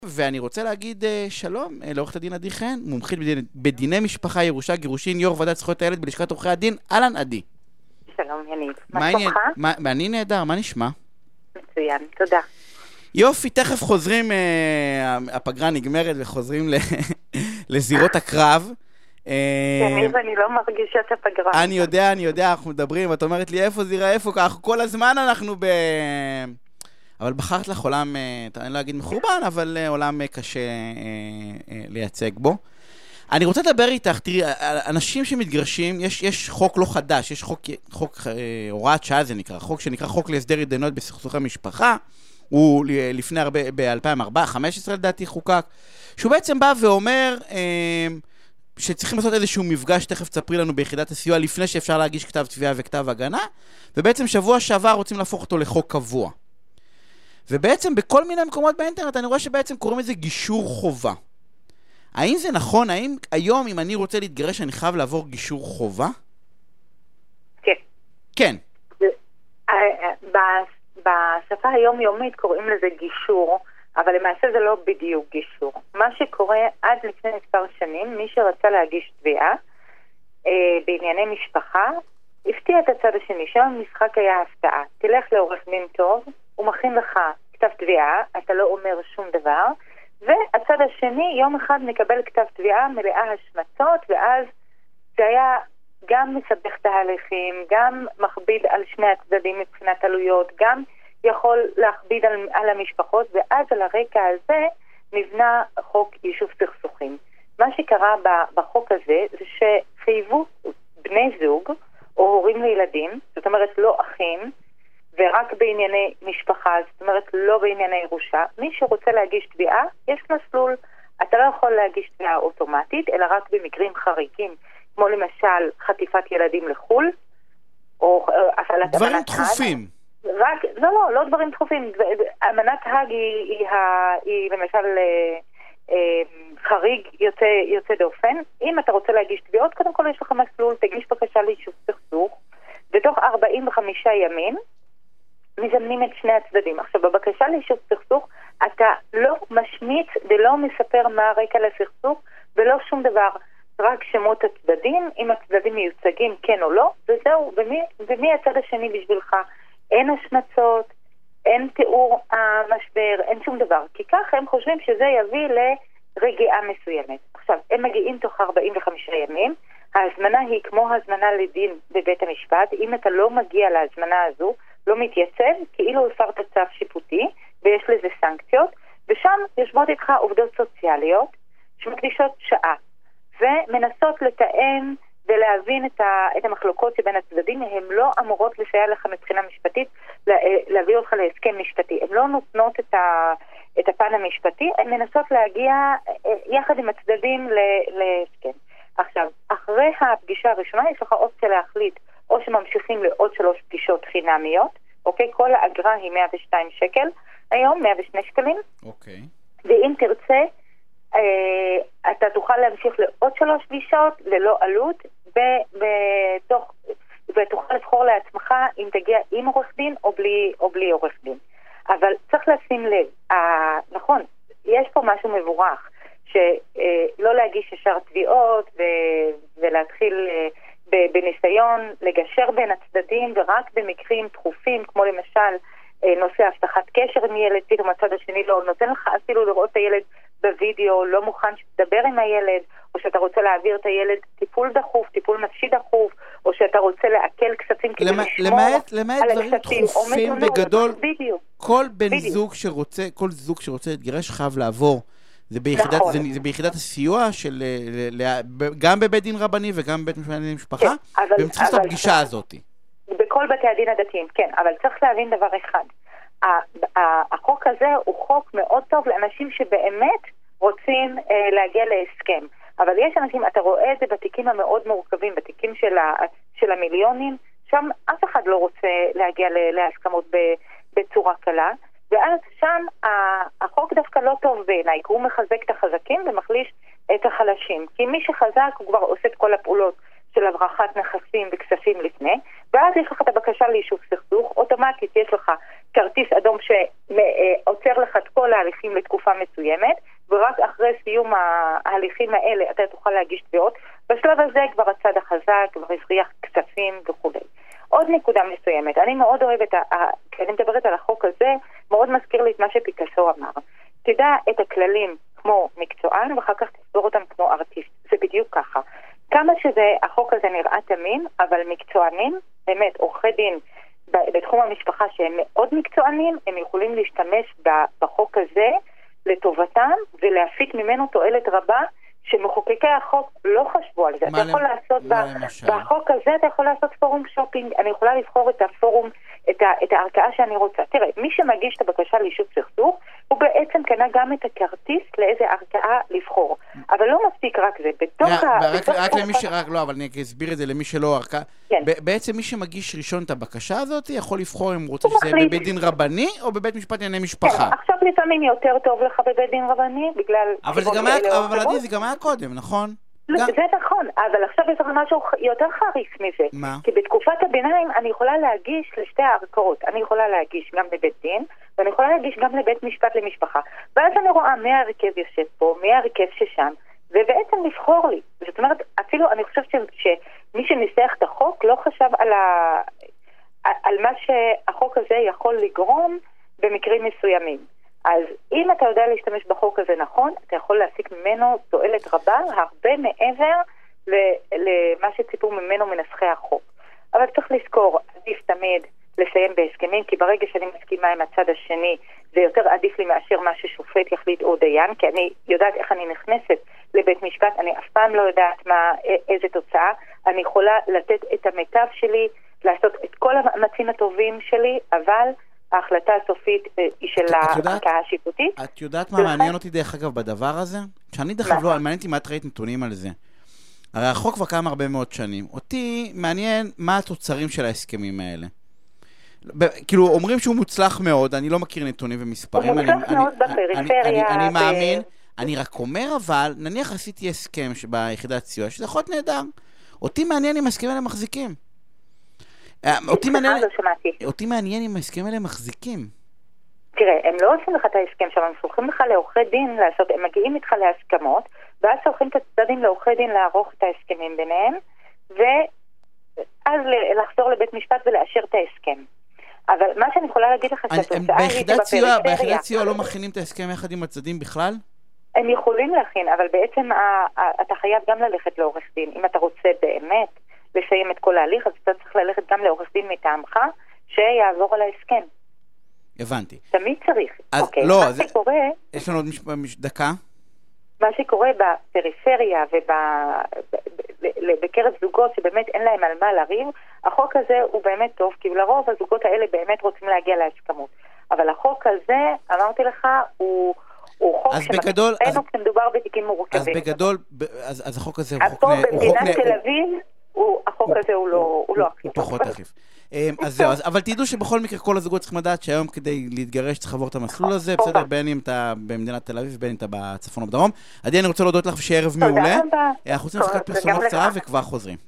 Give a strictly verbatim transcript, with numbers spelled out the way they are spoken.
ואני רוצה להגיד שלום לעורכת הדין עדי חן, מומחית בדיני, בדיני משפחה, ירושה, גירושין, יו"ר ועדת זכויות הילד בלשכת עורכי הדין. אהלן עדי. שלום יניב. מה שלומך? אני נהדר, מה נשמע? מצוין, תודה. יופי, תכף חוזרים, אה, הפגרה נגמרת וחוזרים לזירות הקרב. יניב, אני לא מרגישה את הפגרה. אני יודע, אני יודע, אנחנו מדברים, ואת אומרת לי איפה זירה, איפה, ככה, כל הזמן אנחנו ב... אבל בחרת לך עולם, אני לא אגיד מחורבן, אבל עולם קשה לייצג בו. אני רוצה לדבר איתך, תראי, אנשים שמתגרשים, יש, יש חוק לא חדש, יש חוק, חוק הוראת שעה זה נקרא, חוק שנקרא חוק להסדר התדיינות בסכסוכי משפחה, הוא לפני הרבה, ב-אלפיים וחמש עשרה לדעתי חוקק, שהוא בעצם בא ואומר שצריכים לעשות איזשהו מפגש, תכף תספרי לנו ביחידת הסיוע, לפני שאפשר להגיש כתב תביעה וכתב הגנה, ובעצם שבוע שעבר רוצים להפוך אותו לחוק קבוע. ובעצם בכל מיני מקומות באינטרנט אני רואה שבעצם קוראים לזה גישור חובה. האם זה נכון? האם היום אם אני רוצה להתגרש אני חייב לעבור גישור חובה? כן. כן. בשפה היומיומית קוראים לזה גישור, אבל למעשה זה לא בדיוק גישור. מה שקורה עד לפני מספר שנים, מי שרצה להגיש תביעה בענייני משפחה, הפתיע את הצד השני, שם המשחק היה הפתעה. תלך לעורך דין טוב, הוא מכין לך כתב תביעה, אתה לא אומר שום דבר, והצד השני יום אחד מקבל כתב תביעה מלאה השמצות, ואז זה היה גם מסבך תהליכים, גם מכביד על שני הצדדים מבחינת עלויות, גם יכול להכביד על, על המשפחות, ואז על הרקע הזה נבנה חוק יישוב סכסוכים. מה שקרה בחוק הזה זה שחייבו בני זוג או הורים לילדים, זאת אומרת לא אחים, ורק בענייני משפחה, זאת אומרת לא בענייני ירושה, מי שרוצה להגיש תביעה, יש מסלול. אתה לא יכול להגיש תביעה אוטומטית, אלא רק במקרים חריגים, כמו למשל חטיפת ילדים לחול, או הפעלת אמנת האג. דברים דחופים. רק, לא, לא, לא דברים דחופים. אמנת האג היא, היא, היא למשל אה, חריג יוצא, יוצא דופן. אם אתה רוצה להגיש תביעות, קודם כל יש לך מסלול, תגיש בקשה ליישוב סכסוך, בתוך ארבעים וחמישה ימים, מזמנים את שני הצדדים. עכשיו, בבקשה ליישוב סכסוך, אתה לא משמיץ ולא מספר מה הרקע לסכסוך, ולא שום דבר, רק שמות הצדדים, אם הצדדים מיוצגים כן או לא, וזהו, ומי, ומי הצד השני בשבילך? אין השמצות, אין תיאור המשבר, אין שום דבר, כי ככה הם חושבים שזה יביא לרגיעה מסוימת. עכשיו, הם מגיעים תוך ארבעים וחמישה ימים, ההזמנה היא כמו הזמנה לדין בבית המשפט. אם אתה לא מגיע להזמנה הזו, לא מתייצב, כאילו הפרת צו שיפוטי, ויש לזה סנקציות, ושם יושבות איתך עובדות סוציאליות, שמקדישות שעה, ומנסות לתאם ולהבין את, ה, את המחלוקות שבין הצדדים. הן לא אמורות לסייע לך מבחינה משפטית, לה, להביא אותך להסכם משפטי. הן לא נותנות את, ה, את הפן המשפטי, הן מנסות להגיע יחד עם הצדדים להסכם. עכשיו, אחרי הפגישה הראשונה יש לך אופציה להחליט, או שממשיכים לעוד שלוש פגישות חינמיות, אוקיי? כל האגרה היא מאה ושתיים שקל, היום מאה ושני שקלים. אוקיי. ואם תרצה, אה, אתה תוכל להמשיך לעוד שלוש פגישות, ללא עלות, בתוך, ותוכל לבחור לעצמך אם תגיע עם עורך דין או בלי, או בלי עורך דין. אבל צריך לשים לב, אה, נכון, יש פה משהו מבורך, שלא להגיש ישר תביעות ולהתחיל בניסיון לגשר בין הצדדים, ורק במקרים דחופים, כמו למשל נושא הבטחת קשר עם ילד, פתאום הצד השני לא נותן לך אפילו לראות את הילד בווידאו, לא מוכן שתדבר עם הילד, או שאתה רוצה להעביר את הילד טיפול דחוף, טיפול נפשי דחוף, או שאתה רוצה לעכל כספים כדי לשמור על הכספים. דחופים בגדול, כל בן זוג שרוצה, כל זוג שרוצה להתגרש חייב לעבור. זה ביחידת, נכון. זה, זה ביחידת הסיוע של, גם בבית דין רבני וגם בבית משפחה, כן, והם צריכים לעשות הפגישה הזאת. בכל בתי הדין הדתיים, כן, אבל צריך להבין דבר אחד. החוק הזה הוא חוק מאוד טוב לאנשים שבאמת רוצים להגיע להסכם. אבל יש אנשים, אתה רואה את זה בתיקים המאוד מורכבים, בתיקים של, ה, של המיליונים, שם אף אחד לא רוצה להגיע להסכמות בצורה קלה, ואז שם החוק דווקא לא טוב בעיניי, כי הוא מחזק את החזקים ומחליש את החלשים. כי מי שחזק הוא כבר עושה את כל הפעולות של הברחת נכסים וכספים לפני, ואז יש לך את הבקשה ליישוב סכסוך, אוטומטית יש לך כרטיס אדום שאוטומטית עוצר לך את כל ההליכים לתקופה מסוימת, ורק אחרי סיום ההליכים האלה אתה תוכל להגיש תביעות. בשלב הזה כבר הצד החזק, כבר הזריח כספים וכו'. עוד נקודה מסוימת, אני מאוד אוהבת, כשאני מדברת על החוק הזה, מאוד מזכיר לי את מה שפיקאסו אמר. תדע את הכללים כמו מקצוען, ואחר כך תסבור אותם כמו ארטיסט. זה בדיוק ככה. כמה שזה, החוק הזה נראה תמים, אבל מקצוענים, באמת, עורכי דין בתחום המשפחה שהם מאוד מקצוענים, הם יכולים להשתמש בחוק הזה לטובתם, ולהפיק ממנו תועלת רבה, שמחוקקי החוק לא חשבו על זה. אתה יכול לעשות בחוק הזה, אתה יכול לעשות פורום שופינג, אני יכולה לבחור את הפורום, את, ה, את הערכאה שאני רוצה. תראה, מי שמגיש את הבקשה ליישוב סכסוך, הוא בעצם קנה גם את הכרטיס לאיזה ערכאה לבחור. אבל לא מספיק רק זה. בתוך ה... רק למי ש... רק לא, אבל אני אסביר את זה למי שלא ערכאה. בעצם מי שמגיש ראשון את הבקשה הזאת, יכול לבחור אם הוא רוצה שזה בבית דין רבני, או בבית משפט לענייני משפחה. עכשיו לפעמים יותר טוב לך בבית דין רבני, בגלל... אבל זה גם היה קודם, נכון? זה נכון, אבל עכשיו יש לך משהו יותר חריף מזה. מה? כי בתקופת הביניים אני יכולה להגיש לשתי הערכאות. אני יכולה להגיש גם לבית דין, ואני יכולה להגיש גם לבית משפט למשפחה. ואז אני רואה מי הרכב יושב פה, מי הרכב ששם, ובעצם לבחור לי. זאת אומרת, אפילו אני חושבת שמי שניסח את החוק לא חשב על, ה... על מה שהחוק הזה יכול לגרום במקרים מסוימים. אז אם אתה יודע להשתמש בחוק הזה נכון, אתה יכול להסיק ממנו תועלת רבה, הרבה מעבר למה שציפו ממנו מנסחי החוק. אבל צריך לזכור, עדיף תמיד לסיים בהסכמים, כי ברגע שאני מסכימה עם הצד השני, זה יותר עדיף לי מאשר מה ששופט יחליט או דיין, כי אני יודעת איך אני נכנסת לבית משפט, אני אף פעם לא יודעת מה, איזה תוצאה, אני יכולה לתת את המיטב שלי, לעשות את כל המאמצים הטובים שלי, אבל ההחלטה הסופית היא של הערכאה השיפוטית. את יודעת מה מעניין אותי דרך אגב בדבר הזה? שאני דרך אגב לא, מעניין אותי מה את ראית נתונים על זה. הרי החוק כבר קיים הרבה מאוד שנים. אותי מעניין מה התוצרים של ההסכמים האלה. כאילו, אומרים שהוא מוצלח מאוד, אני לא מכיר נתונים ומספרים. הוא מוצלח מאוד בפריפריה. אני מאמין, אני רק אומר אבל, נניח עשיתי הסכם ביחידת סיוע, שזה יכול להיות נהדר. אותי מעניין אם ההסכמים האלה מחזיקים. אותי מעניין אם ההסכם האלה מחזיקים. תראה, הם לא עושים לך את ההסכם שם, הם שולחים לך לעורכי דין לעשות, הם מגיעים איתך להסכמות, ואז שולחים את הצדדים לעורכי דין לערוך את ההסכמים ביניהם, ואז לחזור לבית משפט ולאשר את ההסכם. אבל מה שאני יכולה להגיד לך שהתוצאה היא בפריפריה... ביחידת סיוע לא מכינים את ההסכם יחד עם הצדדים בכלל? הם יכולים להכין, אבל בעצם אתה חייב גם ללכת לעורך דין. אם אתה רוצה באמת לסיים את כל ההליך, אז אתה צריך ללכת גם לעורך דין מטעמך, שיעבור על ההסכם. הבנתי. תמיד צריך. אז אוקיי. לא, מה אז... שקורה... יש לנו עוד מש... מש... דקה? מה שקורה בפריפריה ובקרב זוגות שבאמת אין להם על מה לריב, החוק הזה הוא באמת טוב, כי לרוב הזוגות האלה באמת רוצים להגיע להסכמות. אבל החוק הזה, אמרתי לך, הוא... הוא חוק שבגדול, אז, כשמדובר בתיקים מורכבים. אז בגדול, אז, אז החוק הזה הוא חוק... פה במדינת תל אביב, החוק הזה הוא לא... הוא פחות אכיף. אז זהו, אבל תדעו שבכל מקרה כל הזוגות צריכים לדעת שהיום כדי להתגרש צריך לעבור את המסלול הזה, בסדר, בין אם אתה במדינת תל אביב, בין אם אתה בצפון או בדרום. עדי, אני רוצה להודות לך שערב מעולה. אנחנו רוצים להפסקת פרסומות קצרה וכבר חוזרים.